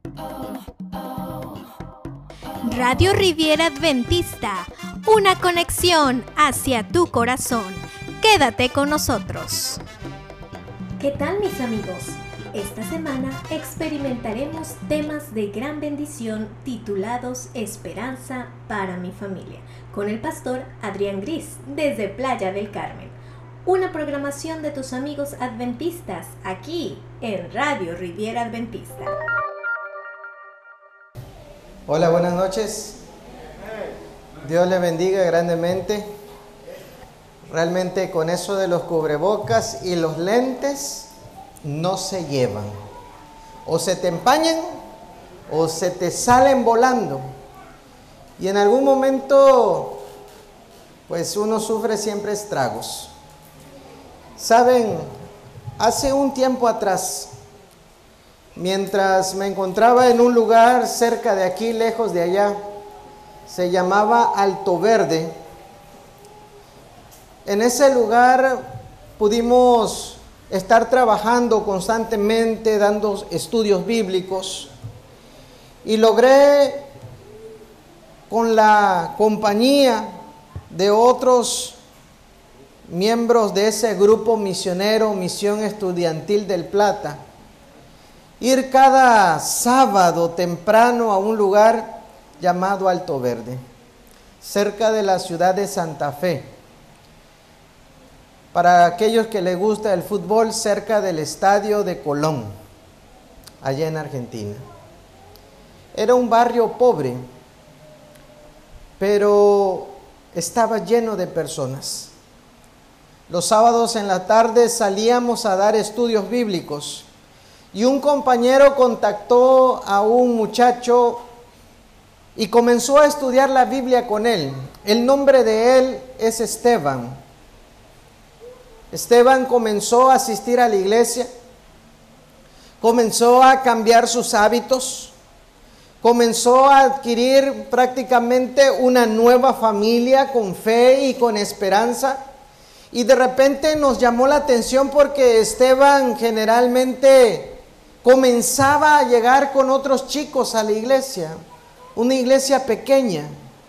Radio Riviera Adventista, una conexión hacia tu corazón. Quédate con nosotros. ¿Qué tal, mis amigos? Esta semana experimentaremos temas de gran bendición titulados Esperanza para mi familia, con el pastor Adrián Gris, desde Playa del Carmen. Una programación de tus amigos adventistas, aquí en Radio Riviera Adventista. Hola, buenas noches. Dios le bendiga grandemente. Realmente con eso de los cubrebocas y los lentes no se llevan. O se te empañan o se te salen volando. Y en algún momento, pues uno sufre siempre estragos. Saben, hace un tiempo atrás, mientras me encontraba en un lugar cerca de aquí, lejos de allá, se llamaba Alto Verde. En ese lugar pudimos estar trabajando constantemente, dando estudios bíblicos, y logré, con la compañía de otros miembros de ese grupo misionero, Misión Estudiantil del Plata, ir cada sábado temprano a un lugar llamado Alto Verde, cerca de la ciudad de Santa Fe. Para aquellos que les gusta el fútbol, cerca del estadio de Colón, allá en Argentina. Era un barrio pobre, pero estaba lleno de personas. Los sábados en la tarde salíamos a dar estudios bíblicos. Y un compañero contactó a un muchacho y comenzó a estudiar la Biblia con él. El nombre de él es Esteban. Esteban comenzó a asistir a la iglesia, comenzó a cambiar sus hábitos, comenzó a adquirir prácticamente una nueva familia con fe y con esperanza. Y de repente nos llamó la atención porque Esteban generalmente comenzaba a llegar con otros chicos a la iglesia, una iglesia pequeña.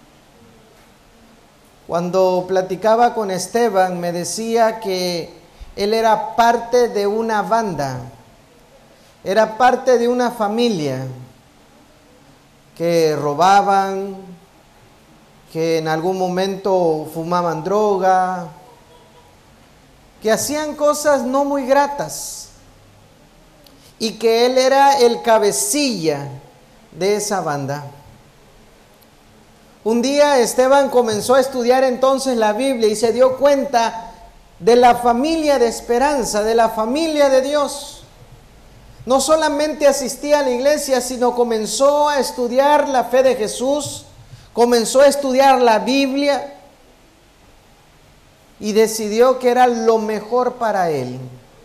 Cuando platicaba con Esteban, me decía que él era parte de una banda, era parte de una familia que robaban, que en algún momento fumaban droga, que hacían cosas no muy gratas. Y que él era el cabecilla de esa banda. Un día Esteban comenzó a estudiar entonces la Biblia y se dio cuenta de la familia de esperanza, de la familia de Dios. No solamente asistía a la iglesia, sino comenzó a estudiar la fe de Jesús, comenzó a estudiar la Biblia y decidió que era lo mejor para él.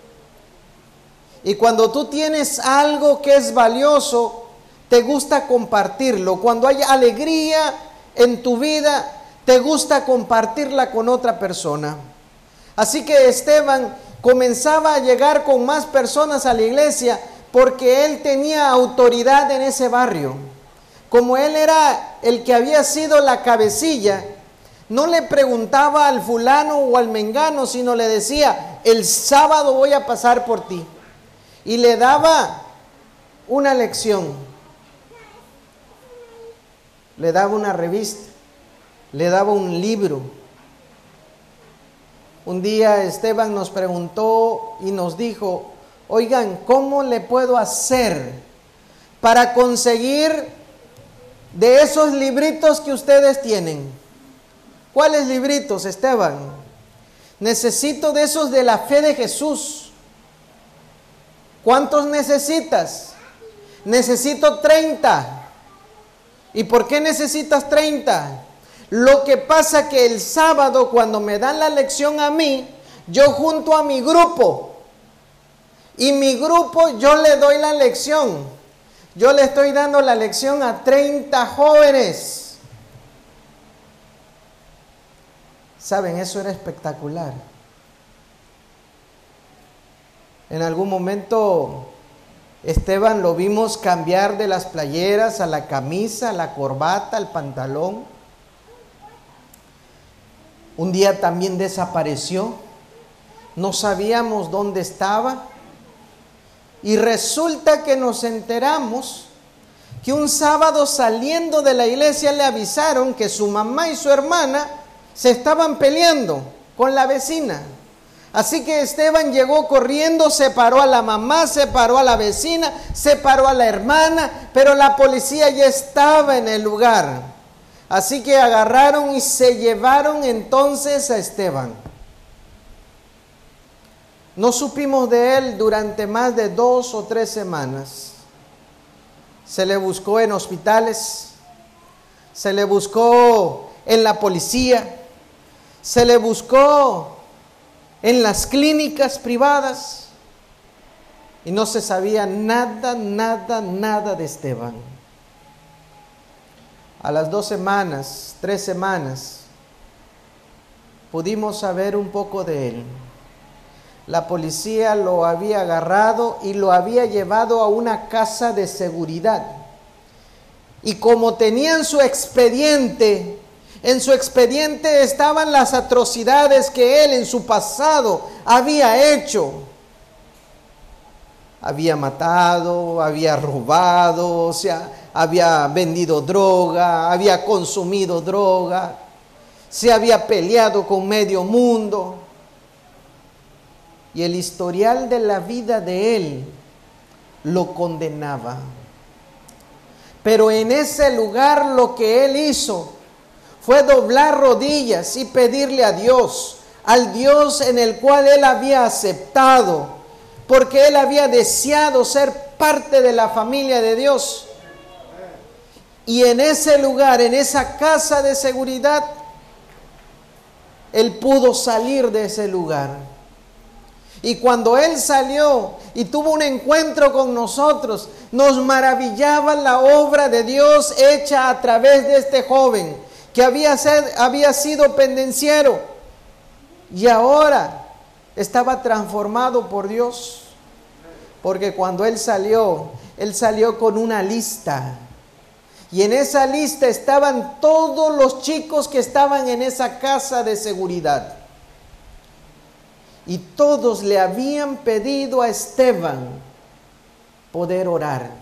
Y cuando tú tienes algo que es valioso, te gusta compartirlo. Cuando hay alegría en tu vida, te gusta compartirla con otra persona. Así que Esteban comenzaba a llegar con más personas a la iglesia porque él tenía autoridad en ese barrio. Como él era el que había sido la cabecilla, no le preguntaba al fulano o al mengano, sino le decía: el sábado voy a pasar por ti. Y le daba una lección, le daba una revista, le daba un libro. Un día Esteban nos preguntó y nos dijo: oigan, ¿cómo le puedo hacer para conseguir de esos libritos que ustedes tienen? ¿Cuáles libritos, Esteban? Necesito de esos de la fe de Jesús. ¿Cuántos necesitas? Necesito 30. ¿Y por qué necesitas 30? Lo que pasa que el sábado, cuando me dan la lección a mí, yo junto a mi grupo. Y mi grupo yo le doy la lección. Yo le estoy dando la lección a 30 jóvenes. ¿Saben? Eso era espectacular. En algún momento Esteban lo vimos cambiar de las playeras a la camisa, a la corbata, al pantalón. Un día también desapareció. No sabíamos dónde estaba. Y resulta que nos enteramos que un sábado saliendo de la iglesia le avisaron que su mamá y su hermana se estaban peleando con la vecina. Así que Esteban llegó corriendo, separó a la mamá, separó a la vecina, separó a la hermana, pero la policía ya estaba en el lugar. Así que agarraron y se llevaron entonces a Esteban. No supimos de él durante más de 2 o 3 semanas. Se le buscó en hospitales, se le buscó en la policía, se le buscó en las clínicas privadas y no se sabía nada de Esteban. A las 2 semanas, 3 semanas, pudimos saber un poco de él. La policía lo había agarrado y lo había llevado a una casa de seguridad. Y como tenían su expediente, en su expediente estaban las atrocidades que él en su pasado había hecho. Había matado, había robado, o sea, había vendido droga, había consumido droga, se había peleado con medio mundo. Y el historial de la vida de él lo condenaba. Pero en ese lugar lo que él hizo fue doblar rodillas y pedirle a Dios, al Dios en el cual él había aceptado, porque él había deseado ser parte de la familia de Dios. Y en ese lugar, en esa casa de seguridad, él pudo salir de ese lugar. Y cuando él salió y tuvo un encuentro con nosotros, nos maravillaba la obra de Dios hecha a través de este joven que había sido pendenciero y ahora estaba transformado por Dios. Porque cuando él salió con una lista. Y en esa lista estaban todos los chicos que estaban en esa casa de seguridad. Y todos le habían pedido a Esteban poder orar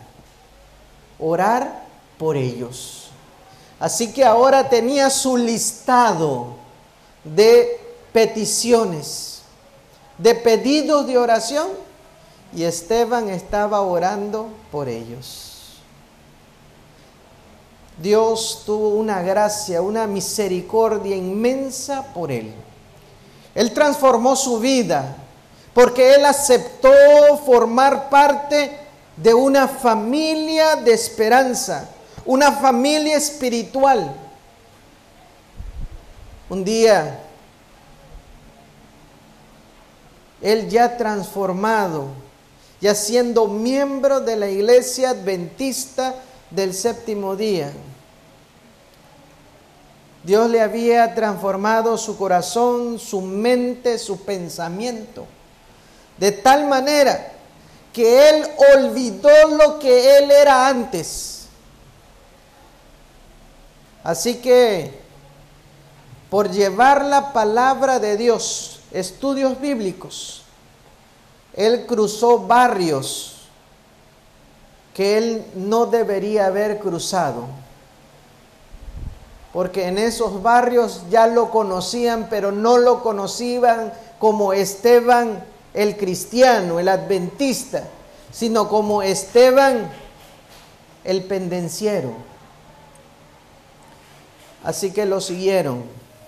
por ellos. Así que ahora tenía su listado de peticiones, de pedidos de oración, y Esteban estaba orando por ellos. Dios tuvo una gracia, una misericordia inmensa por él. Él transformó su vida porque él aceptó formar parte de una familia de esperanza, una familia espiritual. Un día, él ya transformado, ya siendo miembro de la iglesia adventista del séptimo día, Dios le había transformado su corazón, su mente, su pensamiento, de tal manera que él olvidó lo que él era antes. Así que, por llevar la palabra de Dios, estudios bíblicos, él cruzó barrios que él no debería haber cruzado. Porque en esos barrios ya lo conocían, pero no lo conocían como Esteban el cristiano, el adventista, sino como Esteban el pendenciero. Así que lo siguieron.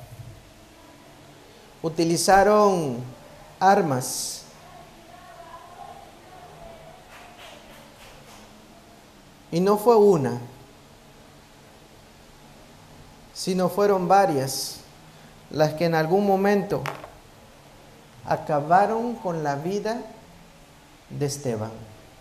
Utilizaron armas. Y no fue una, sino fueron varias las que en algún momento acabaron con la vida de Esteban.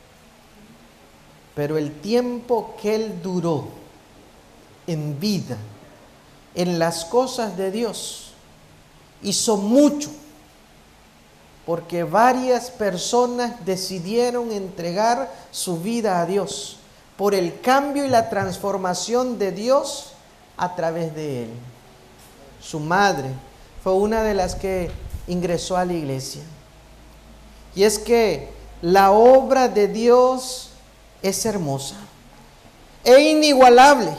Pero el tiempo que él duró en vida, en las cosas de Dios, hizo mucho porque varias personas decidieron entregar su vida a Dios por el cambio y la transformación de Dios a través de él. Su madre fue una de las que ingresó a la iglesia. Y es que la obra de Dios es hermosa e inigualable.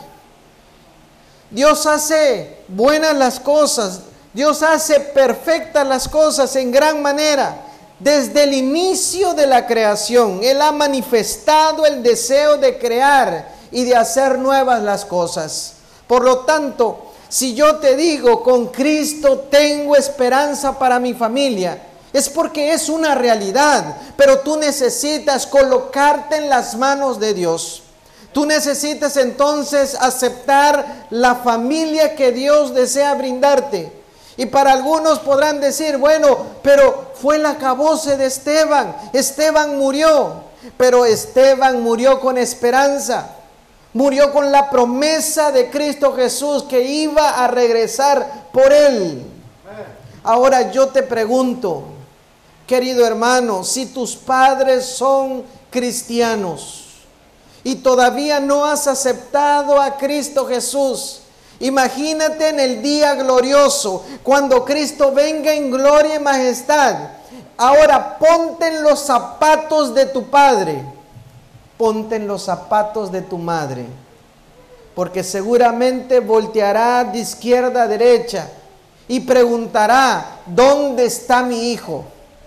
Dios hace buenas las cosas, Dios hace perfectas las cosas en gran manera. Desde el inicio de la creación, Él ha manifestado el deseo de crear y de hacer nuevas las cosas. Por lo tanto, si yo te digo, con Cristo tengo esperanza para mi familia, es porque es una realidad, pero tú necesitas colocarte en las manos de Dios. Tú necesitas entonces aceptar la familia que Dios desea brindarte. Y para algunos podrán decir, bueno, pero fue el acabose de Esteban. Esteban murió, pero Esteban murió con esperanza. Murió con la promesa de Cristo Jesús que iba a regresar por él. Ahora yo te pregunto, querido hermano, si tus padres son cristianos y todavía no has aceptado a Cristo Jesús, imagínate en el día glorioso, cuando Cristo venga en gloria y majestad. Ahora ponte en los zapatos de tu padre, ponte en los zapatos de tu madre, porque seguramente volteará de izquierda a derecha y preguntará, ¿dónde está mi hijo?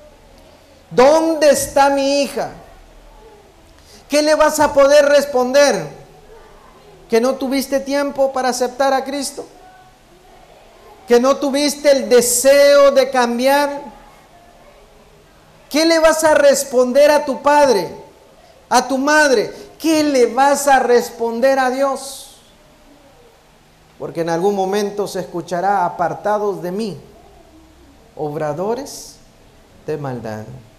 ¿Dónde está mi hija? ¿Qué le vas a poder responder? ¿Que no tuviste tiempo para aceptar a Cristo? ¿Que no tuviste el deseo de cambiar? ¿Qué le vas a responder a tu padre, a tu madre? ¿Qué le vas a responder a Dios? Porque en algún momento se escuchará, apartados de mí, obradores de maldad.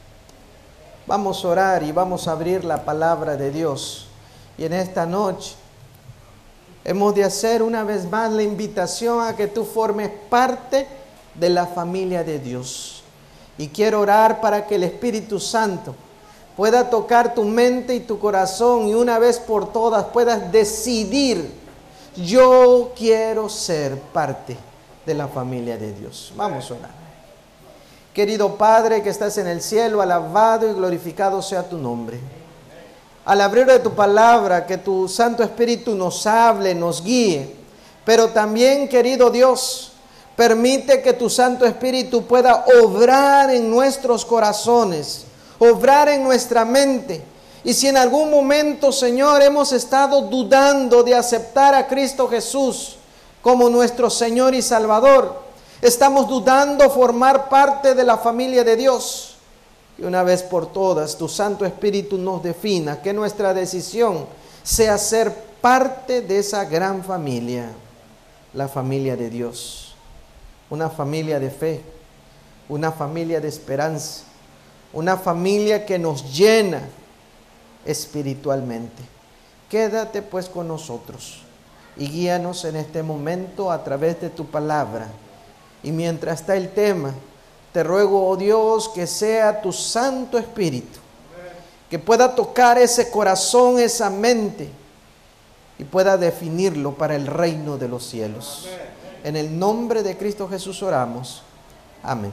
Vamos a orar y vamos a abrir la palabra de Dios. Y en esta noche hemos de hacer una vez más la invitación a que tú formes parte de la familia de Dios. Y quiero orar para que el Espíritu Santo pueda tocar tu mente y tu corazón y una vez por todas puedas decidir, yo quiero ser parte de la familia de Dios. Vamos a orar. Querido Padre que estás en el cielo, alabado y glorificado sea tu nombre. Al abrir de tu palabra, que tu Santo Espíritu nos hable, nos guíe. Pero también, querido Dios, permite que tu Santo Espíritu pueda obrar en nuestros corazones, obrar en nuestra mente. Y si en algún momento, Señor, hemos estado dudando de aceptar a Cristo Jesús como nuestro Señor y Salvador, estamos dudando formar parte de la familia de Dios. Y una vez por todas, tu Santo Espíritu nos defina, que nuestra decisión sea ser parte de esa gran familia, la familia de Dios. Una familia de fe, una familia de esperanza, una familia que nos llena espiritualmente. Quédate pues con nosotros y guíanos en este momento a través de tu palabra. Y mientras está el tema, te ruego, oh Dios, que sea tu Santo Espíritu, que pueda tocar ese corazón, esa mente, y pueda definirlo para el reino de los cielos. En el nombre de Cristo Jesús oramos. Amén.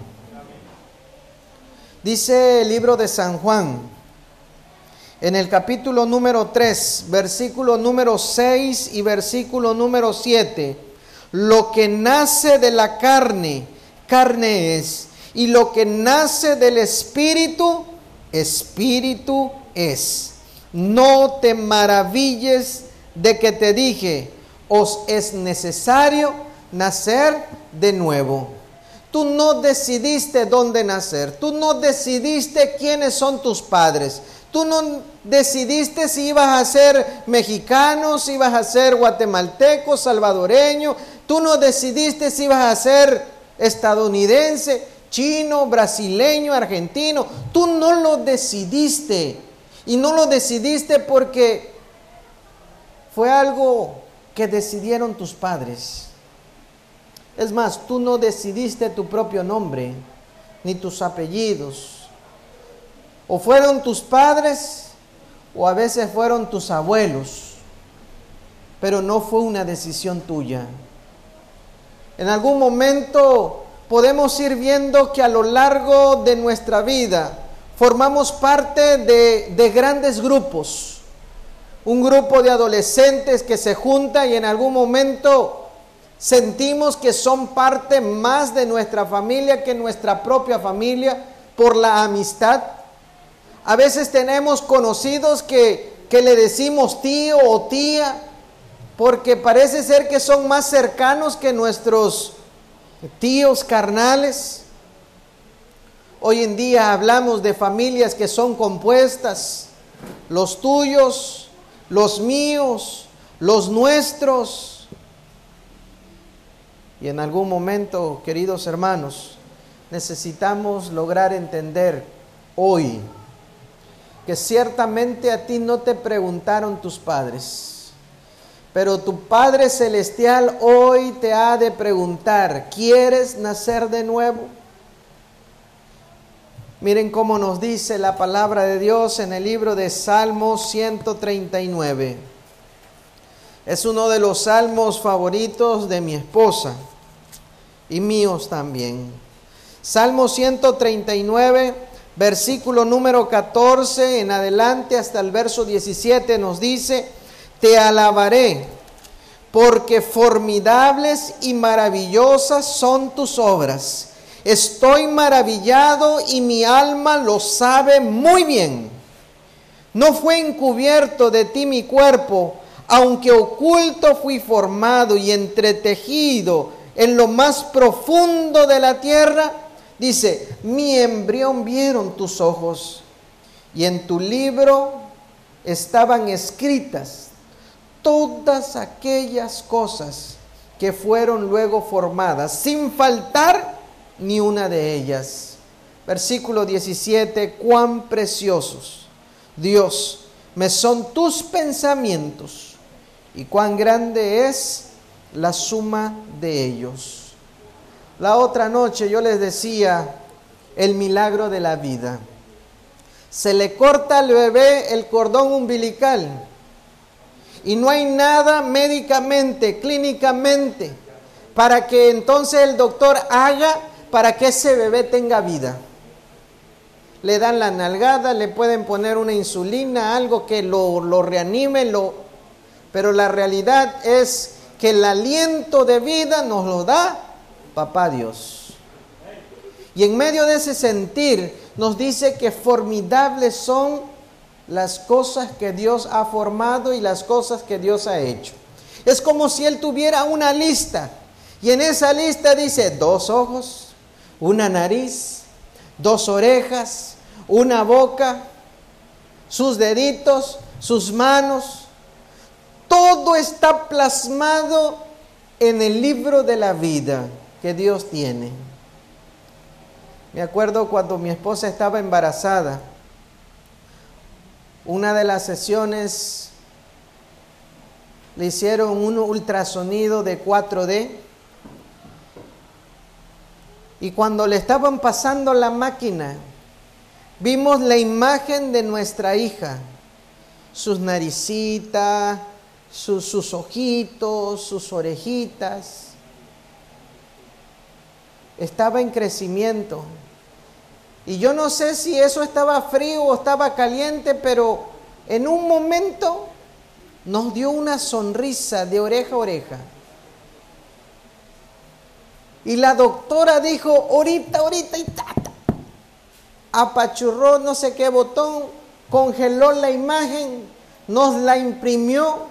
Dice el libro de San Juan, en el capítulo número 3, versículo número 6 y versículo número 7, lo que nace de la carne, carne es, y lo que nace del Espíritu, Espíritu es. No te maravilles de que te dije, os es necesario nacer de nuevo. Tú no decidiste dónde nacer, tú no decidiste quiénes son tus padres, tú no decidiste si ibas a ser mexicano, si ibas a ser guatemalteco, salvadoreño, tú no decidiste si ibas a ser estadounidense, chino, brasileño, argentino, tú no lo decidiste. Y no lo decidiste porque fue algo que decidieron tus padres. Es más, tú no decidiste tu propio nombre, ni tus apellidos. O fueron tus padres, o a veces fueron tus abuelos, pero no fue una decisión tuya. En algún momento podemos ir viendo que a lo largo de nuestra vida formamos parte de grandes grupos. Un grupo de adolescentes que se junta y en algún momento sentimos que son parte más de nuestra familia que nuestra propia familia por la amistad. A veces tenemos conocidos que le decimos tío o tía porque parece ser que son más cercanos que nuestros tíos carnales. Hoy en día hablamos de familias que son compuestas, los tuyos, los míos, los nuestros. Y en algún momento, queridos hermanos, necesitamos lograr entender hoy que ciertamente a ti no te preguntaron tus padres, pero tu Padre Celestial hoy te ha de preguntar: ¿quieres nacer de nuevo? Miren cómo nos dice la palabra de Dios en el libro de Salmos 139. Es uno de los salmos favoritos de mi esposa y míos también. Salmo 139, versículo número 14 en adelante hasta el verso 17 nos dice: te alabaré, porque formidables y maravillosas son tus obras. Estoy maravillado y mi alma lo sabe muy bien. No fue encubierto de ti mi cuerpo, aunque oculto fui formado y entretejido en lo más profundo de la tierra. Dice: mi embrión vieron tus ojos, y en tu libro estaban escritas todas aquellas cosas que fueron luego formadas, sin faltar ni una de ellas. Versículo 17: cuán preciosos, Dios, me son tus pensamientos, y cuán grande es la suma de ellos. La otra noche yo les decía el milagro de la vida. Se le corta al bebé el cordón umbilical y no hay nada médicamente, clínicamente, para que entonces el doctor haga para que ese bebé tenga vida. Le dan la nalgada, le pueden poner una insulina, algo que lo reanime, pero la realidad es que el aliento de vida nos lo da Papá Dios. Y en medio de ese sentir nos dice que formidables son las cosas que Dios ha formado y las cosas que Dios ha hecho. Es como si Él tuviera una lista, y en esa lista dice: 2 ojos, una nariz, 2 orejas, una boca, sus deditos, sus manos. Todo está plasmado en el libro de la vida que Dios tiene. Me acuerdo cuando mi esposa estaba embarazada, una de las sesiones le hicieron un ultrasonido de 4D, y cuando le estaban pasando la máquina, vimos la imagen de nuestra hija, sus naricitas, sus ojitos, sus orejitas. Estaba en crecimiento. Y yo no sé si eso estaba frío o estaba caliente, pero en un momento nos dio una sonrisa de oreja a oreja. Y la doctora dijo: ahorita, y tata. Apachurró no sé qué botón, congeló la imagen, nos la imprimió.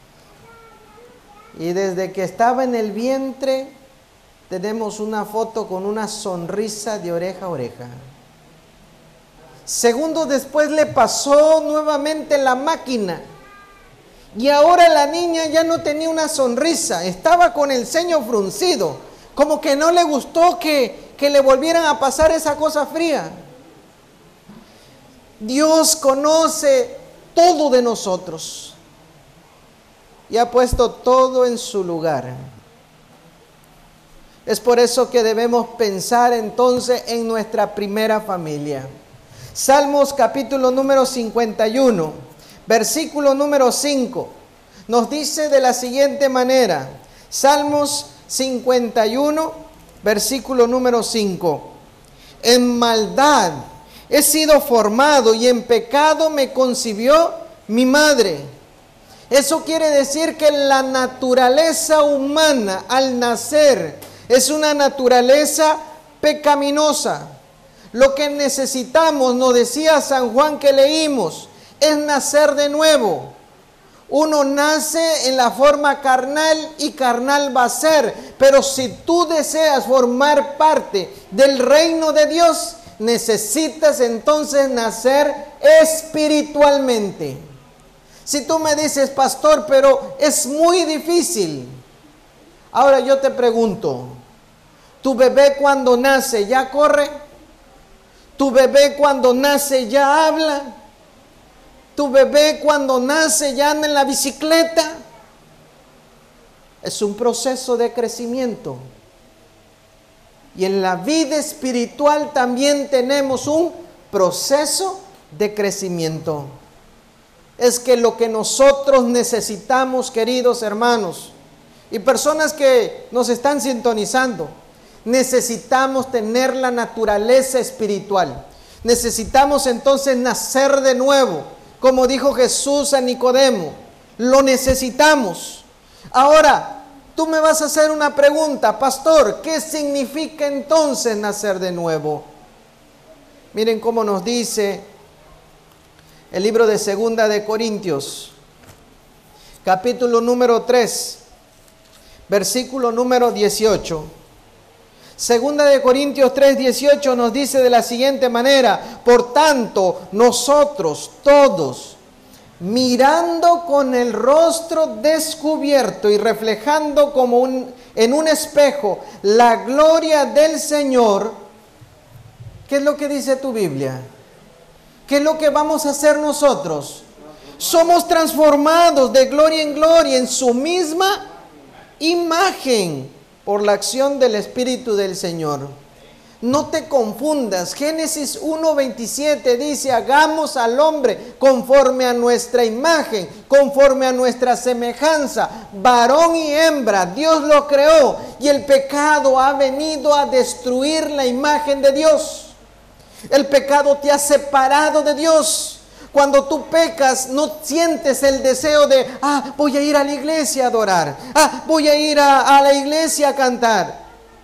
Y desde que estaba en el vientre, tenemos una foto con una sonrisa de oreja a oreja. Segundos después le pasó nuevamente la máquina. Y ahora la niña ya no tenía una sonrisa, estaba con el ceño fruncido, como que no le gustó que le volvieran a pasar esa cosa fría. Dios conoce todo de nosotros y ha puesto todo en su lugar. Es por eso que debemos pensar entonces en nuestra primera familia. Salmos capítulo número 51, versículo número 5, nos dice de la siguiente manera. Salmos 51, versículo número 5. En maldad he sido formado y en pecado me concibió mi madre. Eso quiere decir que la naturaleza humana al nacer es una naturaleza pecaminosa. Lo que necesitamos, nos decía San Juan que leímos, es nacer de nuevo. Uno nace en la forma carnal y carnal va a ser. Pero si tú deseas formar parte del reino de Dios, necesitas entonces nacer espiritualmente. Si tú me dices, pastor, pero es muy difícil. Ahora yo te pregunto, ¿tu bebé cuando nace ya corre? ¿Tu bebé cuando nace ya habla? ¿Tu bebé cuando nace ya anda en la bicicleta? Es un proceso de crecimiento. Y en la vida espiritual también tenemos un proceso de crecimiento. Es que lo que nosotros necesitamos, queridos hermanos, y personas que nos están sintonizando, necesitamos tener la naturaleza espiritual. Necesitamos entonces nacer de nuevo, como dijo Jesús a Nicodemo. Lo necesitamos. Ahora, tú me vas a hacer una pregunta, pastor, ¿qué significa entonces nacer de nuevo? Miren cómo nos dice el libro de Segunda de Corintios, capítulo número 3, versículo número 18. Segunda de Corintios 3:18 nos dice de la siguiente manera: por tanto, nosotros todos, mirando con el rostro descubierto y reflejando como en un espejo la gloria del Señor. ¿Qué es lo que dice tu Biblia? ¿Qué es lo que vamos a hacer nosotros? Somos transformados de gloria en gloria en su misma imagen por la acción del Espíritu del Señor. No te confundas. Génesis 1:27 dice: hagamos al hombre conforme a nuestra imagen, conforme a nuestra semejanza. Varón y hembra, Dios lo creó. Y el pecado ha venido a destruir la imagen de Dios. El pecado te ha separado de Dios. Cuando tú pecas, no sientes el deseo de, voy a ir a la iglesia a adorar. Voy a ir a la iglesia a cantar.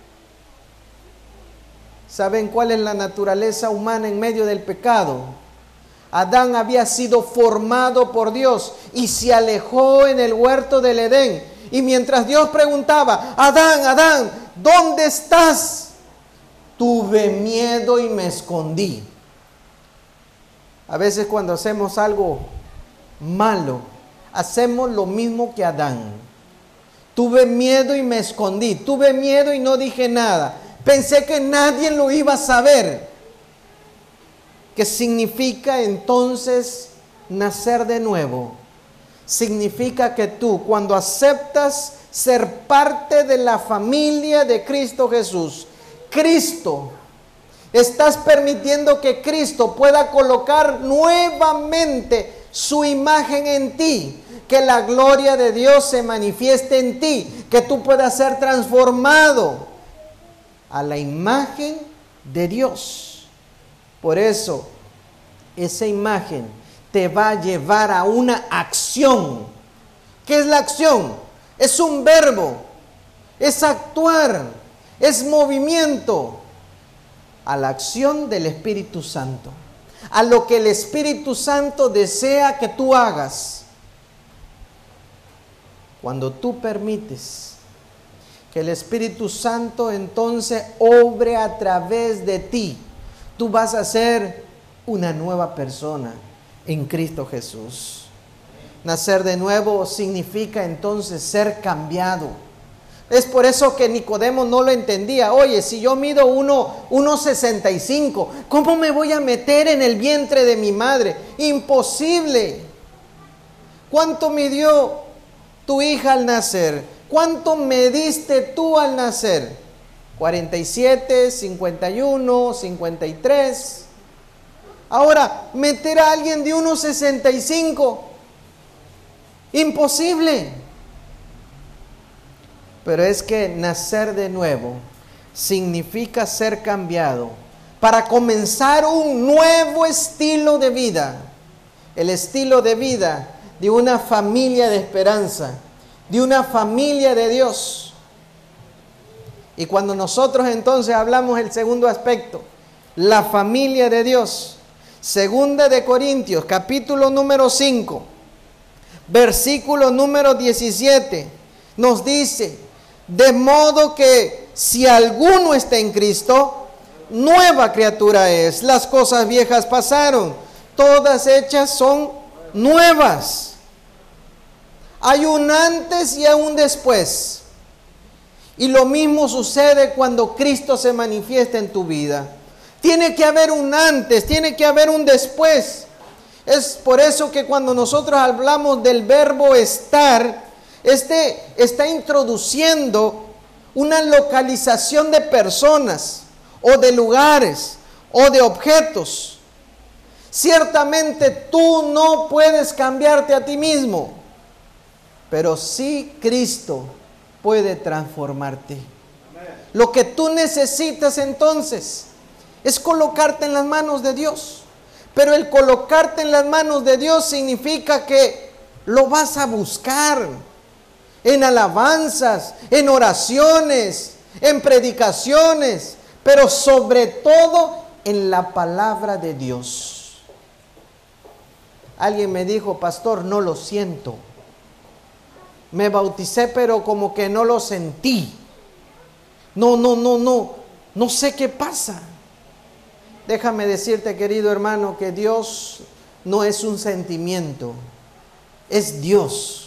¿Saben cuál es la naturaleza humana en medio del pecado? Adán había sido formado por Dios y se alejó en el huerto del Edén. Y mientras Dios preguntaba, Adán, Adán, ¿dónde estás? Tuve miedo y me escondí. A veces cuando hacemos algo malo, hacemos lo mismo que Adán. Tuve miedo y me escondí. Tuve miedo y no dije nada. Pensé que nadie lo iba a saber. ¿Qué significa entonces nacer de nuevo? Significa que tú, cuando aceptas ser parte de la familia de Cristo Jesús, estás permitiendo que Cristo pueda colocar nuevamente su imagen en ti, que la gloria de Dios se manifieste en ti, que tú puedas ser transformado a la imagen de Dios. Por eso, esa imagen te va a llevar a una acción. ¿Qué es la acción? Es un verbo, es actuar, es movimiento a la acción del Espíritu Santo, a lo que el Espíritu Santo desea que tú hagas. Cuando tú permites que el Espíritu Santo entonces obre a través de ti, tú vas a ser una nueva persona en Cristo Jesús. Nacer de nuevo significa entonces ser cambiado. Es por eso que Nicodemo no lo entendía. Oye, si yo mido 1,65, ¿cómo me voy a meter en el vientre de mi madre? Imposible. ¿Cuánto midió tu hija al nacer? ¿Cuánto mediste tú al nacer? 47, 51, 53. Ahora, meter a alguien de 1,65, imposible. Pero es que nacer de nuevo significa ser cambiado para comenzar un nuevo estilo de vida. El estilo de vida de una familia de esperanza, de una familia de Dios. Y cuando nosotros entonces hablamos del segundo aspecto, la familia de Dios, Segunda de Corintios, capítulo número 5, versículo número 17, nos dice: de modo que si alguno está en Cristo, nueva criatura es. Las cosas viejas pasaron, todas hechas son nuevas. Hay un antes y un después. Y lo mismo sucede cuando Cristo se manifiesta en tu vida. Tiene que haber un antes, tiene que haber un después. Es por eso que cuando nosotros hablamos del verbo estar, está introduciendo una localización de personas, o de lugares, o de objetos. Ciertamente tú no puedes cambiarte a ti mismo, pero sí Cristo puede transformarte. Lo que tú necesitas entonces es colocarte en las manos de Dios. Pero el colocarte en las manos de Dios significa que lo vas a buscar en alabanzas, en oraciones, en predicaciones, pero sobre todo en la palabra de Dios. Alguien me dijo: pastor, no lo siento. Me bauticé, pero como que no lo sentí. No sé qué pasa. Déjame decirte, querido hermano, que Dios no es un sentimiento, es Dios.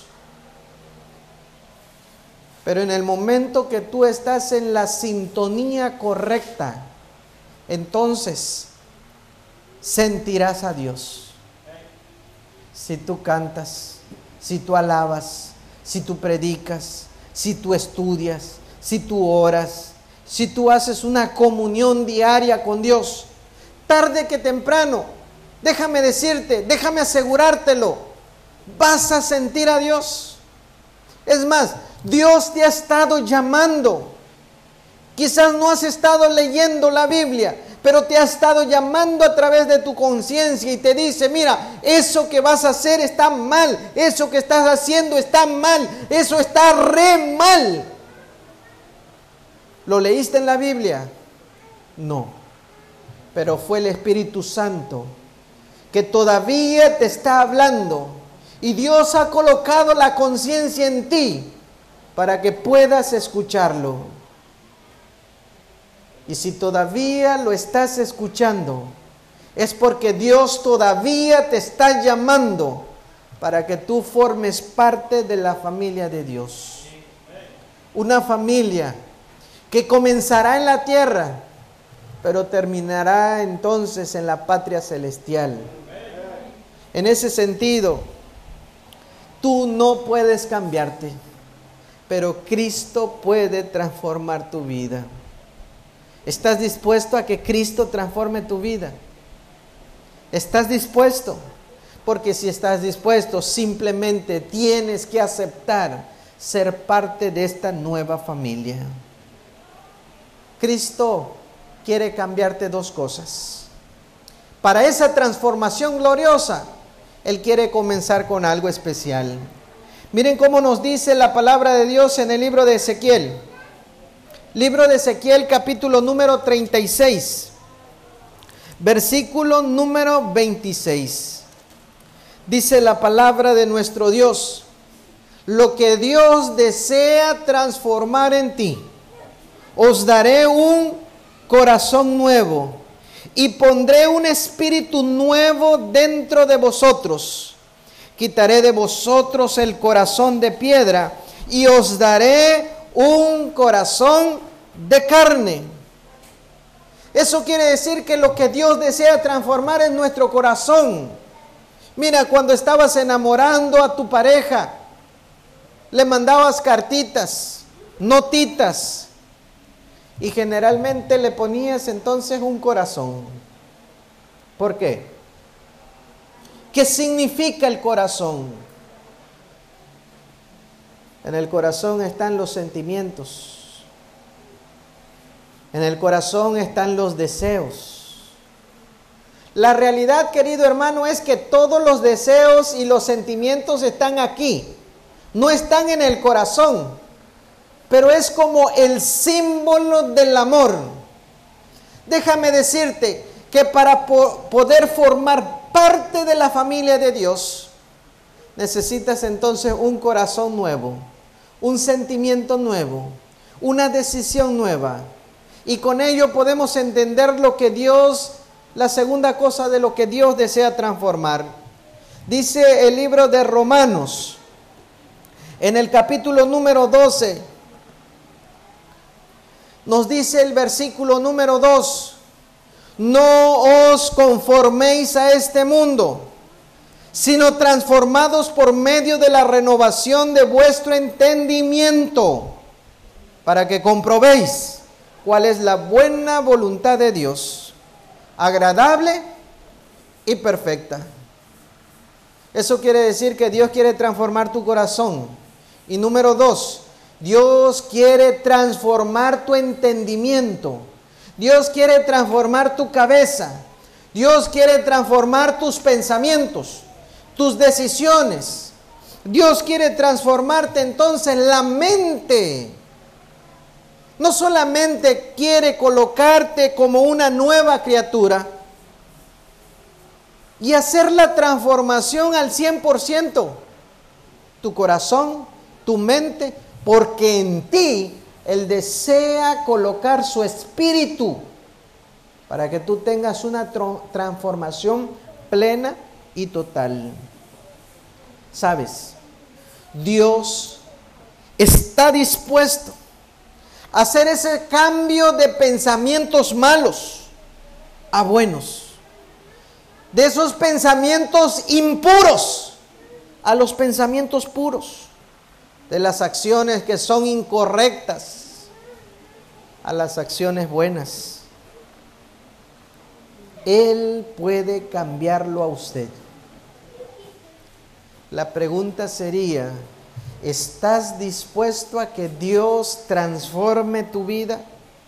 Pero en el momento que tú estás en la sintonía correcta, entonces sentirás a Dios. Si tú cantas, si tú alabas, si tú predicas, si tú estudias, si tú oras, si tú haces una comunión diaria con Dios, tarde que temprano, déjame decirte, déjame asegurártelo, vas a sentir a Dios. Es más, Dios te ha estado llamando. Quizás no has estado leyendo la Biblia, pero te ha estado llamando a través de tu conciencia y te dice: mira, eso que vas a hacer está mal, eso que estás haciendo está mal, eso está re mal. ¿Lo leíste en la Biblia? No, pero fue el Espíritu Santo que todavía te está hablando, y Dios ha colocado la conciencia en ti para que puedas escucharlo. Y si todavía lo estás escuchando, es porque Dios todavía te está llamando para que tú formes parte de la familia de Dios. Una familia que comenzará en la tierra, pero terminará entonces en la patria celestial. En ese sentido, tú no puedes cambiarte, pero Cristo puede transformar tu vida. ¿Estás dispuesto a que Cristo transforme tu vida? ¿Estás dispuesto? Porque si estás dispuesto, simplemente tienes que aceptar ser parte de esta nueva familia. Cristo quiere cambiarte dos cosas. Para esa transformación gloriosa, Él quiere comenzar con algo especial. Miren cómo nos dice la palabra de Dios en el libro de Ezequiel. Libro de Ezequiel, capítulo número 36, versículo número 26. Dice la palabra de nuestro Dios: lo que Dios desea transformar en ti, os daré un corazón nuevo y pondré un espíritu nuevo dentro de vosotros. Quitaré de vosotros el corazón de piedra y os daré un corazón de carne. Eso quiere decir que lo que Dios desea transformar es nuestro corazón. Mira, cuando estabas enamorando a tu pareja, le mandabas cartitas, notitas, y generalmente le ponías entonces un corazón. ¿Por qué? ¿Qué significa el corazón? En el corazón están los sentimientos. En el corazón están los deseos. La realidad, querido hermano, es que todos los deseos y los sentimientos están aquí. No están en el corazón, pero es como el símbolo del amor. Déjame decirte que para poder formar parte de la familia de Dios, necesitas entonces un corazón nuevo, un sentimiento nuevo, una decisión nueva. Y con ello podemos entender lo que Dios, la segunda cosa de lo que Dios desea transformar. Dice el libro de Romanos, en el capítulo número 12, nos dice el versículo número 2, no os conforméis a este mundo, sino transformados por medio de la renovación de vuestro entendimiento, para que comprobéis cuál es la buena voluntad de Dios, agradable y perfecta. Eso quiere decir que Dios quiere transformar tu corazón. Y número 2, Dios quiere transformar tu entendimiento. Dios quiere transformar tu cabeza. Dios quiere transformar tus pensamientos, tus decisiones. Dios quiere transformarte entonces la mente. No solamente quiere colocarte como una nueva criatura y hacer la transformación al 100%, tu corazón, tu mente, porque en ti Él desea colocar su espíritu para que tú tengas una transformación plena y total. ¿Sabes? Dios está dispuesto a hacer ese cambio de pensamientos malos a buenos, de esos pensamientos impuros a los pensamientos puros, de las acciones que son incorrectas a las acciones buenas. Él puede cambiarlo a usted. La pregunta sería, ¿estás dispuesto a que Dios transforme tu vida?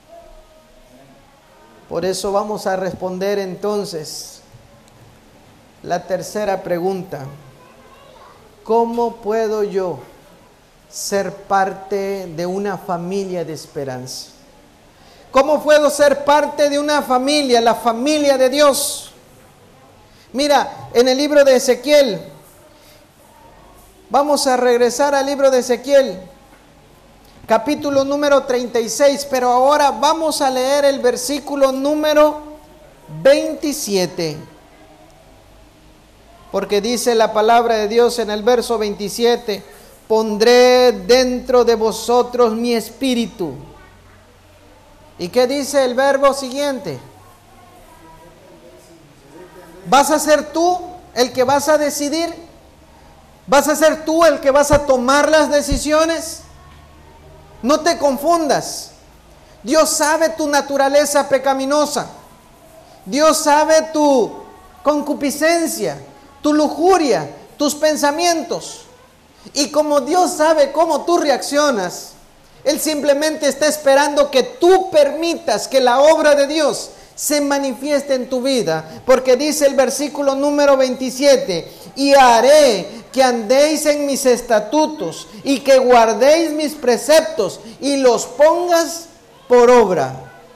Por eso vamos a responder entonces la tercera pregunta. ¿Cómo puedo yo ser parte de una familia de esperanza? ¿Cómo puedo ser parte de una familia, la familia de Dios? Mira, en el libro de Ezequiel, vamos a regresar al libro de Ezequiel, capítulo número 36, pero ahora vamos a leer el versículo número 27. Porque dice la palabra de Dios en el verso 27, pondré dentro de vosotros mi espíritu. ¿Y qué dice el verbo siguiente? ¿Vas a ser tú el que vas a decidir? ¿Vas a ser tú el que vas a tomar las decisiones? No te confundas. Dios sabe tu naturaleza pecaminosa. Dios sabe tu concupiscencia, tu lujuria, tus pensamientos. Y como Dios sabe cómo tú reaccionas, Él simplemente está esperando que tú permitas que la obra de Dios se manifieste en tu vida. Porque dice el versículo número 27, y haré que andéis en mis estatutos y que guardéis mis preceptos y los pongas por obra.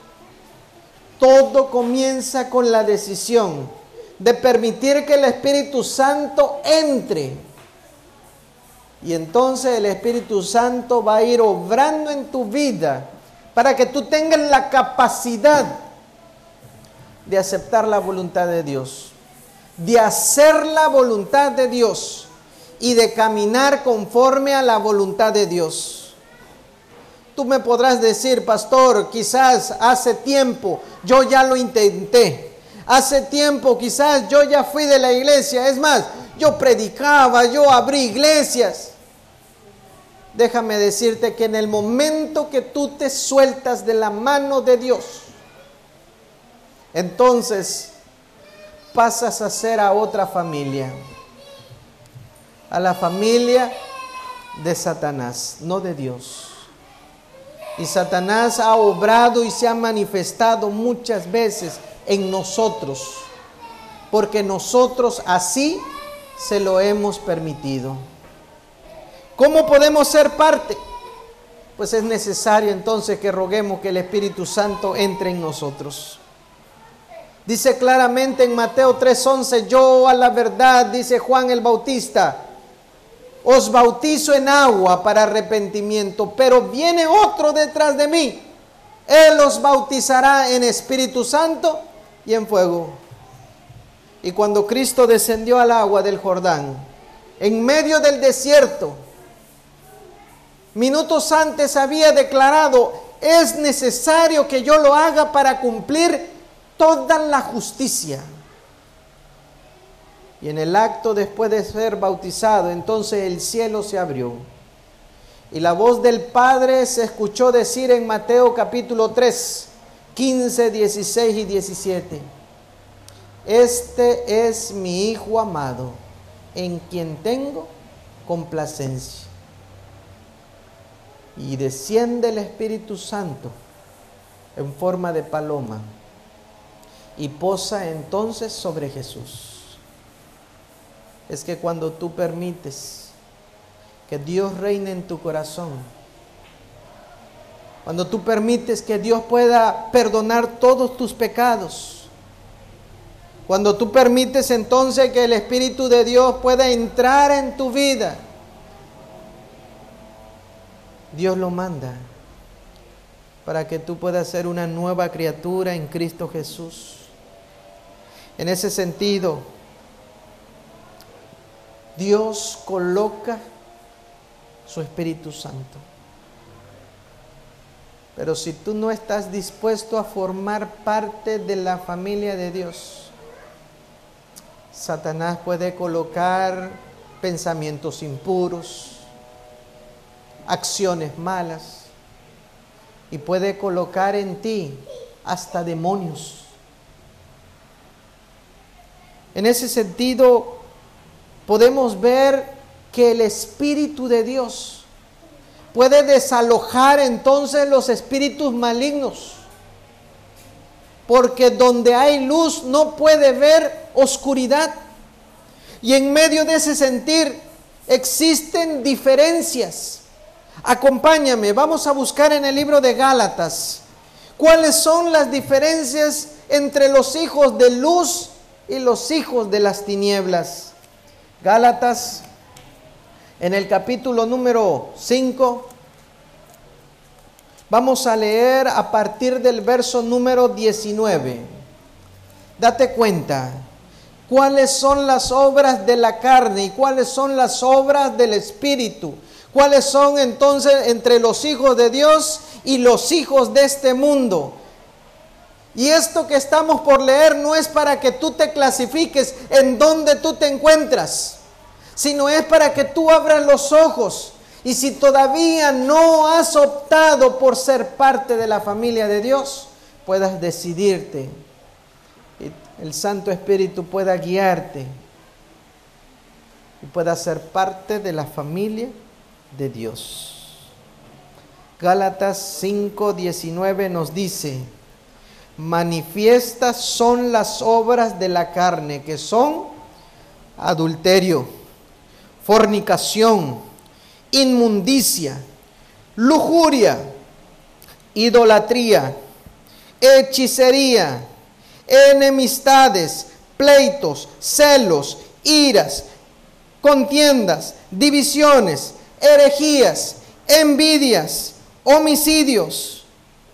Todo comienza con la decisión de permitir que el Espíritu Santo entre. Y entonces el Espíritu Santo va a ir obrando en tu vida para que tú tengas la capacidad de aceptar la voluntad de Dios, de hacer la voluntad de Dios y de caminar conforme a la voluntad de Dios. Tú me podrás decir, pastor, quizás hace tiempo yo ya lo intenté. Hace tiempo quizás yo ya fui de la iglesia. Es más, yo predicaba, yo abrí iglesias. déjame decirte que en el momento que tú te sueltas de la mano de Dios, entonces pasas a ser a otra familia, a la familia de Satanás, no de Dios. Y Satanás ha obrado y se ha manifestado muchas veces en nosotros, porque nosotros así se lo hemos permitido. ¿Cómo podemos ser parte? Pues es necesario entonces que roguemos que el Espíritu Santo entre en nosotros. Dice claramente en Mateo 3:11, yo a la verdad, dice Juan el Bautista, os bautizo en agua para arrepentimiento, pero viene otro detrás de mí. Él os bautizará en Espíritu Santo y en fuego. Y cuando Cristo descendió al agua del Jordán, en medio del desierto, minutos antes había declarado, es necesario que yo lo haga para cumplir toda la justicia. Y en el acto después de ser bautizado, entonces el cielo se abrió. Y la voz del Padre se escuchó decir en Mateo capítulo 3, 15, 16 y 17. Este es mi Hijo amado, en quien tengo complacencia. Y desciende el Espíritu Santo en forma de paloma y posa entonces sobre Jesús. Es que cuando tú permites que Dios reine en tu corazón, cuando tú permites que Dios pueda perdonar todos tus pecados, cuando tú permites entonces que el Espíritu de Dios pueda entrar en tu vida, Dios lo manda para que tú puedas ser una nueva criatura en Cristo Jesús. En ese sentido, Dios coloca su Espíritu Santo. Pero si tú no estás dispuesto a formar parte de la familia de Dios, Satanás puede colocar pensamientos impuros, acciones malas, y puede colocar en ti hasta demonios. En ese sentido, podemos ver que el Espíritu de Dios puede desalojar entonces los espíritus malignos, porque donde hay luz no puede ver oscuridad. Y en medio de ese sentir existen diferencias. Acompáñame, vamos a buscar en el libro de Gálatas cuáles son las diferencias entre los hijos de luz y los hijos de las tinieblas. Gálatas, en el capítulo número 5, vamos a leer a partir del verso número 19. Date cuenta cuáles son las obras de la carne y cuáles son las obras del Espíritu. ¿Cuáles son entonces entre los hijos de Dios y los hijos de este mundo? Y esto que estamos por leer no es para que tú te clasifiques en donde tú te encuentras, sino es para que tú abras los ojos. Y si todavía no has optado por ser parte de la familia de Dios, puedas decidirte. Y el Santo Espíritu pueda guiarte y pueda ser parte de la familia de Dios. Gálatas 5:19 nos dice: manifiestas son las obras de la carne, que son adulterio, fornicación, inmundicia, lujuria, idolatría, hechicería, enemistades, pleitos, celos, iras, contiendas, divisiones, herejías, envidias, homicidios,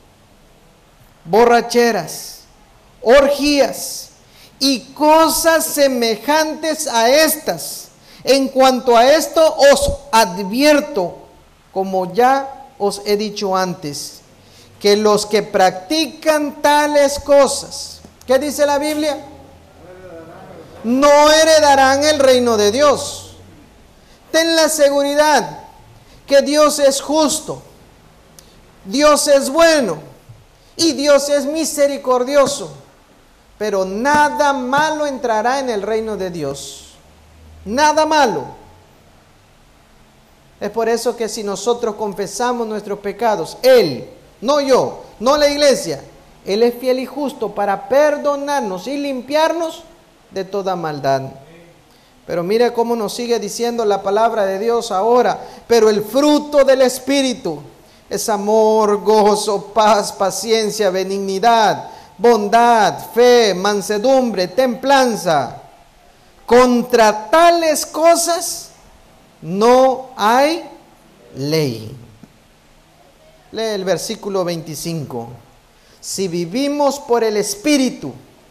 borracheras, orgías y cosas semejantes a estas. En cuanto a esto os advierto, como ya os he dicho antes, que los que practican tales cosas, ¿qué dice la Biblia? No heredarán el reino de Dios. Ten la seguridad que Dios es justo, Dios es bueno y Dios es misericordioso, pero nada malo entrará en el reino de Dios. Nada malo. Es por eso que si nosotros confesamos nuestros pecados, Él, no yo, no la iglesia, Él es fiel y justo para perdonarnos y limpiarnos de toda maldad. Pero mire cómo nos sigue diciendo la palabra de Dios ahora. Pero el fruto del Espíritu es amor, gozo, paz, paciencia, benignidad, bondad, fe, mansedumbre, templanza. Contra tales cosas no hay ley. Lee el versículo 25. Si vivimos por el Espíritu,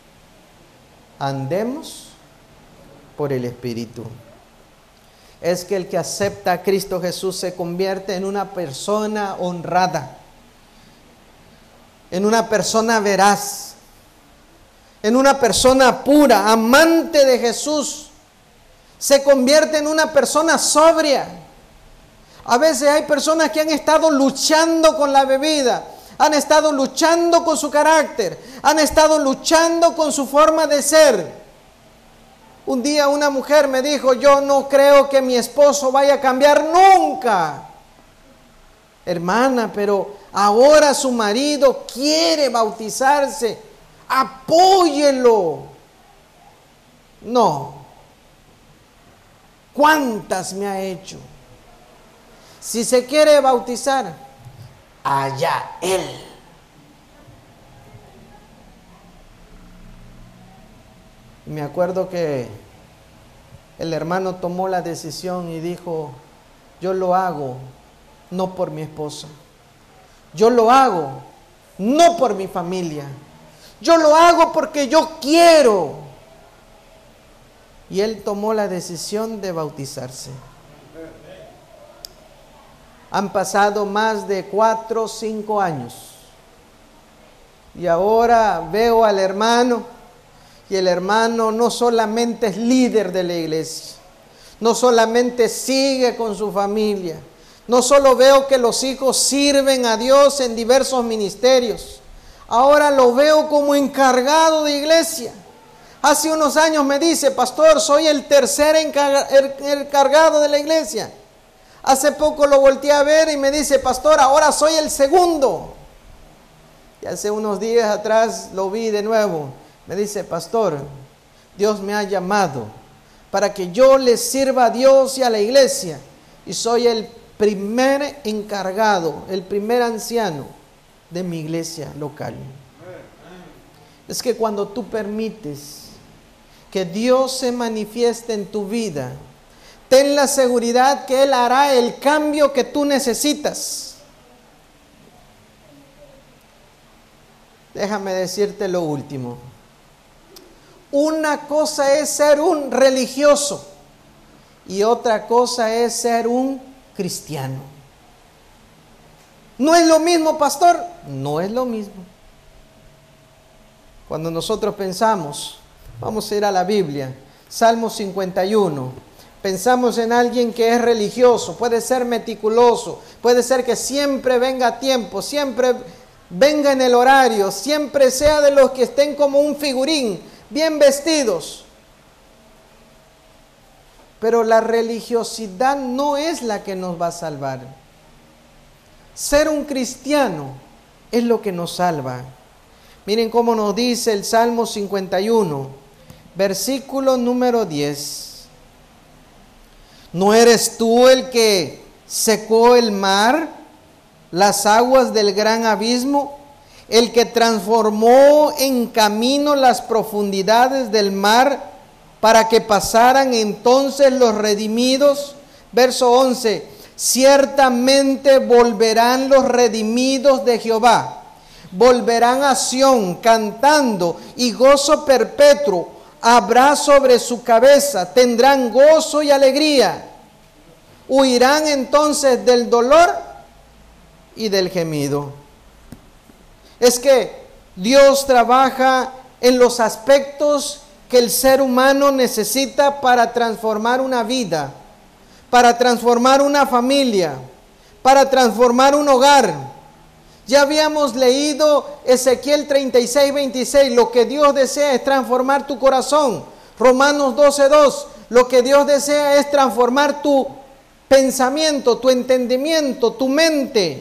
andemos por el Espíritu. Es que el que acepta a Cristo Jesús se convierte en una persona honrada, en una persona veraz, en una persona pura, amante de Jesús. Se convierte en una persona sobria. A veces hay personas que han estado luchando con la bebida, han estado luchando con su carácter, han estado luchando con su forma de ser. Un día una mujer me dijo: yo no creo que mi esposo vaya a cambiar nunca. Hermana, pero ahora su marido quiere bautizarse. Apóyelo. No. ¿Cuántas me ha hecho? Si se quiere bautizar, allá él. Me acuerdo que el hermano tomó la decisión y dijo: yo lo hago no por mi esposa, yo lo hago no por mi familia, yo lo hago porque yo quiero. Y él tomó la decisión de bautizarse. Han pasado más de 4 o 5 años y ahora veo al hermano. Y el hermano no solamente es líder de la iglesia, no solamente sigue con su familia, no solo veo que los hijos sirven a Dios en diversos ministerios, ahora lo veo como encargado de iglesia. Hace unos años me dice: pastor, soy el tercer encargado de la iglesia. Hace poco lo volteé a ver y me dice: pastor, ahora soy el segundo. Y hace unos días atrás lo vi de nuevo. Me dice: pastor, Dios me ha llamado para que yo le sirva a Dios y a la iglesia. Y soy el primer encargado, el primer anciano de mi iglesia local. Es que cuando tú permites que Dios se manifieste en tu vida, ten la seguridad que Él hará el cambio que tú necesitas. Déjame decirte lo último. Una cosa es ser un religioso y otra cosa es ser un cristiano. ¿No es lo mismo, pastor? No es lo mismo. Cuando nosotros pensamos, vamos a ir a la Biblia, Salmo 51, pensamos en alguien que es religioso, puede ser meticuloso, puede ser que siempre venga a tiempo, siempre venga en el horario, siempre sea de los que estén como un figurín, bien vestidos. Pero la religiosidad no es la que nos va a salvar. Ser un cristiano es lo que nos salva. Miren cómo nos dice el Salmo 51, versículo número 10. ¿No eres tú el que secó el mar, las aguas del gran abismo, el que transformó en camino las profundidades del mar para que pasaran entonces los redimidos? Verso 11, ciertamente volverán los redimidos de Jehová, volverán a Sión cantando, y gozo perpetuo habrá sobre su cabeza, tendrán gozo y alegría, huirán entonces del dolor y del gemido. Es que Dios trabaja en los aspectos que el ser humano necesita para transformar una vida, para transformar una familia, para transformar un hogar. Ya habíamos leído Ezequiel 36, 26. Lo que Dios desea es transformar tu corazón. Romanos 12, 2. Lo que Dios desea es transformar tu pensamiento, tu entendimiento, tu mente.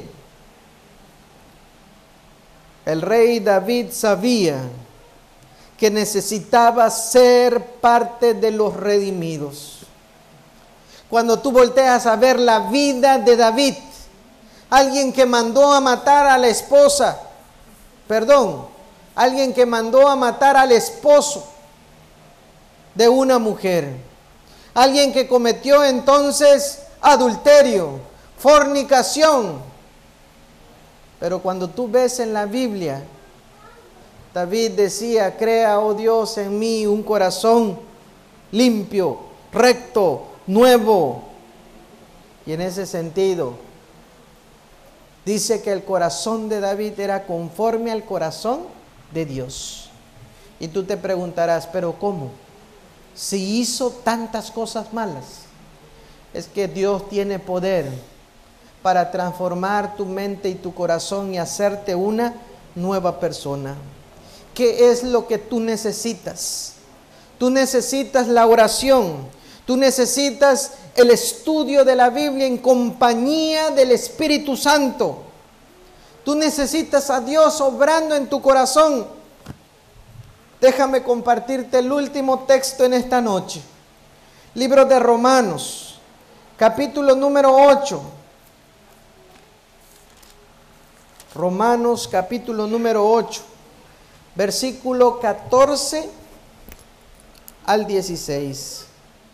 El rey David sabía que necesitaba ser parte de los redimidos. Cuando tú volteas a ver la vida de David, alguien que mandó a matar a la esposa, alguien que mandó a matar al esposo de una mujer, alguien que cometió entonces adulterio, fornicación. Pero cuando tú ves en la Biblia, David decía: crea, oh Dios, en mí un corazón limpio, recto, nuevo. Y en ese sentido, dice que el corazón de David era conforme al corazón de Dios. Y tú te preguntarás: ¿pero cómo? Si hizo tantas cosas malas. Es que Dios tiene poder para transformar tu mente y tu corazón y hacerte una nueva persona. ¿Qué es lo que tú necesitas? Tú necesitas la oración. Tú necesitas el estudio de la Biblia en compañía del Espíritu Santo. Tú necesitas a Dios obrando en tu corazón. Déjame compartirte el último texto en esta noche. Libro de Romanos, capítulo número 8. Romanos, capítulo número 8, versículo 14 al 16.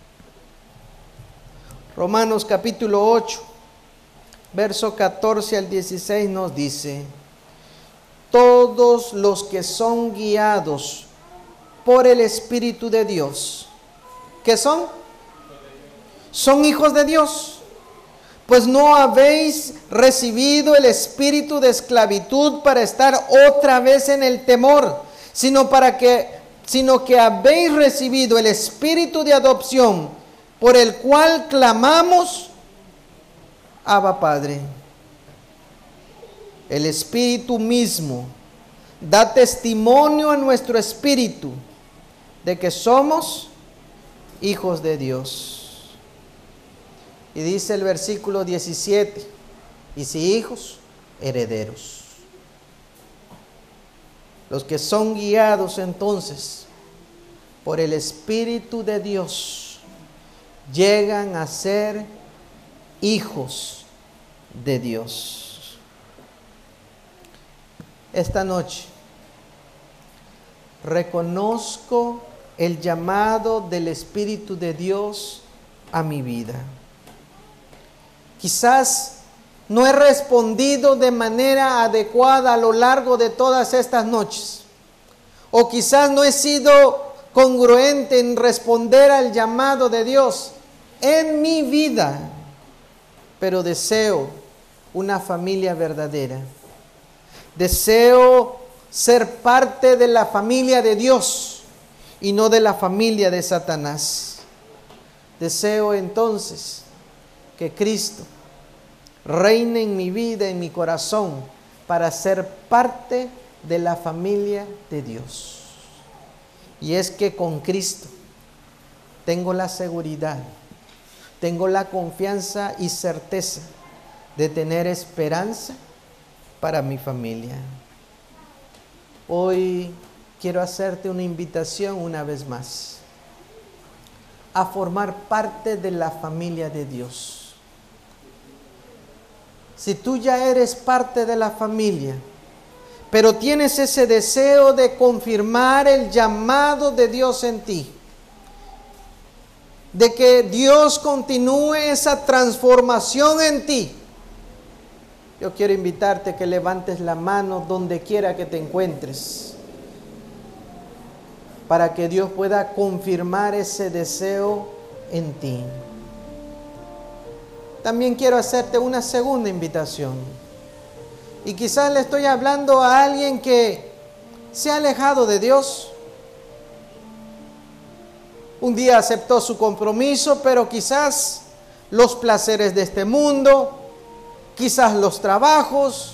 Romanos capítulo 8, verso 14 al 16 nos dice: todos los que son guiados por el Espíritu de Dios, ¿qué son? Son hijos de Dios. Pues no habéis recibido el espíritu de esclavitud para estar otra vez en el temor, sino que habéis recibido el espíritu de adopción, por el cual clamamos: Abba, Padre. El Espíritu mismo da testimonio a nuestro espíritu de que somos hijos de Dios. Y dice el versículo 17: y si hijos, herederos. Los que son guiados entonces por el Espíritu de Dios llegan a ser hijos de Dios. Esta noche reconozco el llamado del Espíritu de Dios a mi vida. Quizás no he respondido de manera adecuada a lo largo de todas estas noches. O quizás no he sido congruente en responder al llamado de Dios en mi vida. Pero deseo una familia verdadera. Deseo ser parte de la familia de Dios y no de la familia de Satanás. Deseo entonces que Cristo reine en mi vida, en mi corazón, para ser parte de la familia de Dios. Y es que con Cristo tengo la seguridad, tengo la confianza y certeza de tener esperanza para mi familia. Hoy quiero hacerte una invitación una vez más a formar parte de la familia de Dios. Si tú ya eres parte de la familia, pero tienes ese deseo de confirmar el llamado de Dios en ti, de que Dios continúe esa transformación en ti, yo quiero invitarte que levantes la mano donde quiera que te encuentres, para que Dios pueda confirmar ese deseo en ti. También quiero hacerte una segunda invitación. Y quizás le estoy hablando a alguien que se ha alejado de Dios. Un día aceptó su compromiso, pero quizás los placeres de este mundo, quizás los trabajos,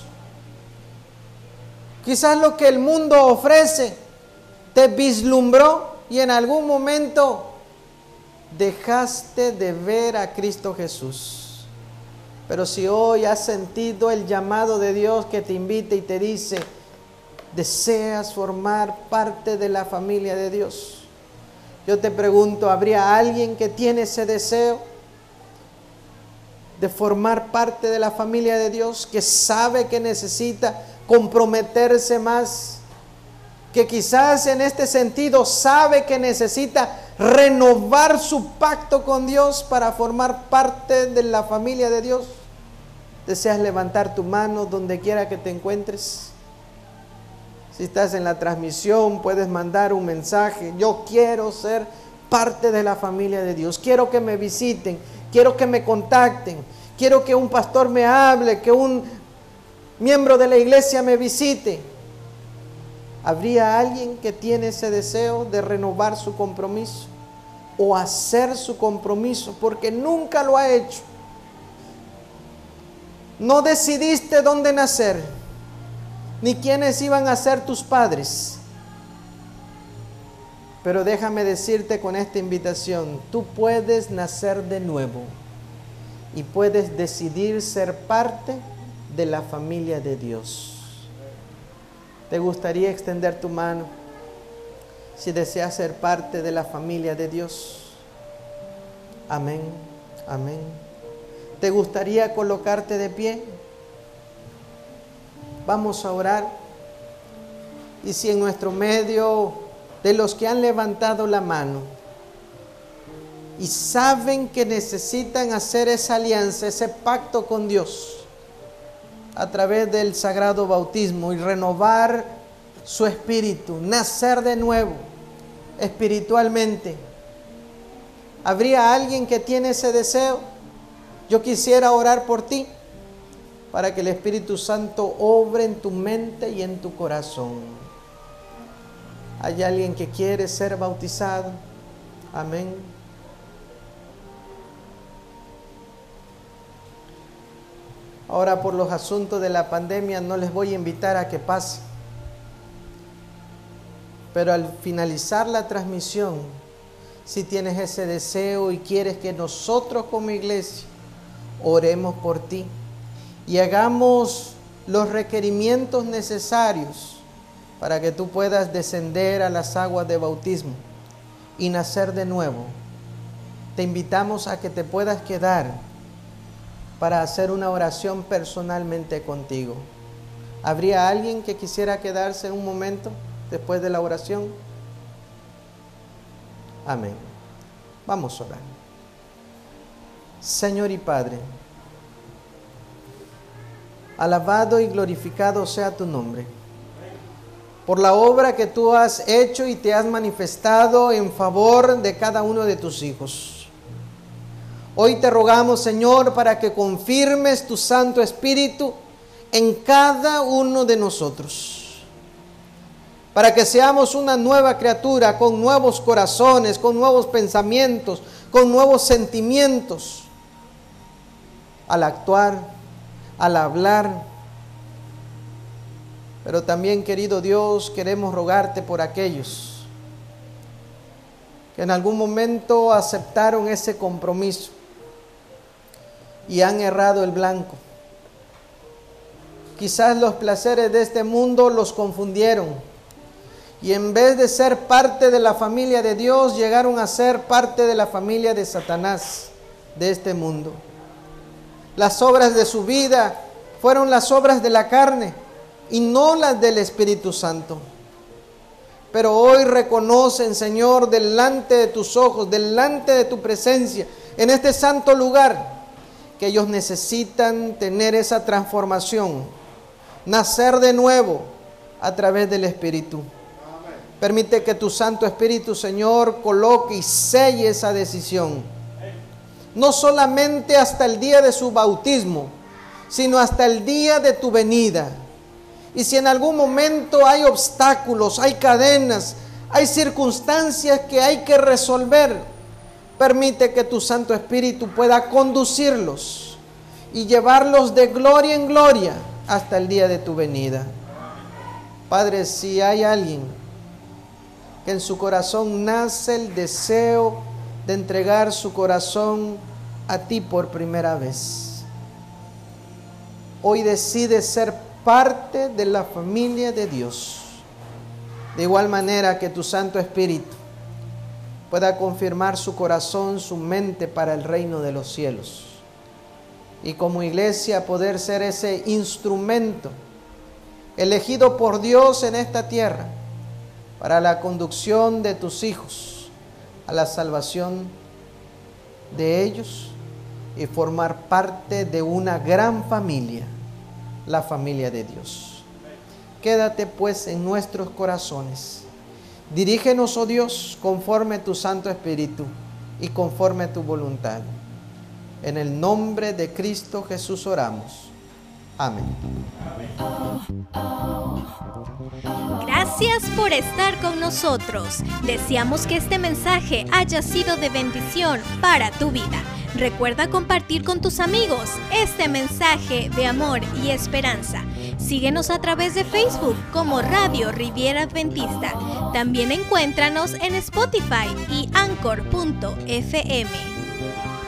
quizás lo que el mundo ofrece te vislumbró y en algún momento dejaste de ver a Cristo Jesús. Pero si hoy has sentido el llamado de Dios que te invita y te dice, ¿deseas formar parte de la familia de Dios? Yo te pregunto, ¿habría alguien que tiene ese deseo de formar parte de la familia de Dios, que sabe que necesita comprometerse más, que quizás en este sentido sabe que necesita renovar su pacto con Dios para formar parte de la familia de Dios? ¿Deseas levantar tu mano donde quiera que te encuentres? Si estás en la transmisión, puedes mandar un mensaje. Yo quiero ser parte de la familia de Dios. Quiero que me visiten. Quiero que me contacten. Quiero que un pastor me hable, que un miembro de la iglesia me visite. ¿Habría alguien que tiene ese deseo de renovar su compromiso o hacer su compromiso porque nunca lo ha hecho? No decidiste dónde nacer, ni quiénes iban a ser tus padres. Pero déjame decirte con esta invitación, tú puedes nacer de nuevo y puedes decidir ser parte de la familia de Dios. ¿Te gustaría extender tu mano si deseas ser parte de la familia de Dios? Amén, amén. ¿Te gustaría colocarte de pie? Vamos a orar. Y si en nuestro medio, de los que han levantado la mano y saben que necesitan hacer esa alianza, ese pacto con Dios a través del sagrado bautismo y renovar su espíritu, nacer de nuevo espiritualmente, ¿habría alguien que tiene ese deseo? Yo quisiera orar por ti para que el Espíritu Santo obre en tu mente y en tu corazón. ¿Hay alguien que quiere ser bautizado? Amén. Ahora, por los asuntos de la pandemia, no les voy a invitar a que pasen. Pero al finalizar la transmisión, si tienes ese deseo y quieres que nosotros como iglesia oremos por ti y hagamos los requerimientos necesarios para que tú puedas descender a las aguas de bautismo y nacer de nuevo, te invitamos a que te puedas quedar para hacer una oración personalmente contigo. ¿Habría alguien que quisiera quedarse un momento después de la oración? Amén. Vamos a orar. Señor y Padre, alabado y glorificado sea tu nombre por la obra que tú has hecho y te has manifestado en favor de cada uno de tus hijos. Hoy te rogamos, Señor, para que confirmes tu Santo Espíritu en cada uno de nosotros, para que seamos una nueva criatura con nuevos corazones, con nuevos pensamientos, con nuevos sentimientos, al actuar, al hablar. Pero también, querido Dios, queremos rogarte por aquellos que en algún momento aceptaron ese compromiso y han errado el blanco. Quizás los placeres de este mundo los confundieron y en vez de ser parte de la familia de Dios, llegaron a ser parte de la familia de Satanás, de este mundo. Las obras de su vida fueron las obras de la carne y no las del Espíritu Santo. Pero hoy reconocen, Señor, delante de tus ojos, delante de tu presencia, en este santo lugar, que ellos necesitan tener esa transformación, nacer de nuevo a través del Espíritu. Amén. Permite que tu Santo Espíritu, Señor, coloque y selle esa decisión. No solamente hasta el día de su bautismo, sino hasta el día de tu venida. Y si en algún momento hay obstáculos, hay cadenas, hay circunstancias que hay que resolver, permite que tu Santo Espíritu pueda conducirlos y llevarlos de gloria en gloria hasta el día de tu venida. Padre, si hay alguien que en su corazón nace el deseo de entregar su corazón a ti por primera vez, hoy decide ser parte de la familia de Dios. De igual manera que tu Santo Espíritu pueda confirmar su corazón, su mente para el reino de los cielos. Y como iglesia poder ser ese instrumento elegido por Dios en esta tierra para la conducción de tus hijos a la salvación de ellos y formar parte de una gran familia, la familia de Dios. Quédate pues en nuestros corazones. Dirígenos, oh Dios, conforme a tu Santo Espíritu y conforme a tu voluntad. En el nombre de Cristo Jesús oramos. Amén. Gracias por estar con nosotros. Deseamos que este mensaje haya sido de bendición para tu vida. Recuerda compartir con tus amigos este mensaje de amor y esperanza. Síguenos a través de Facebook como Radio Riviera Adventista. También encuéntranos en Spotify y Anchor.fm.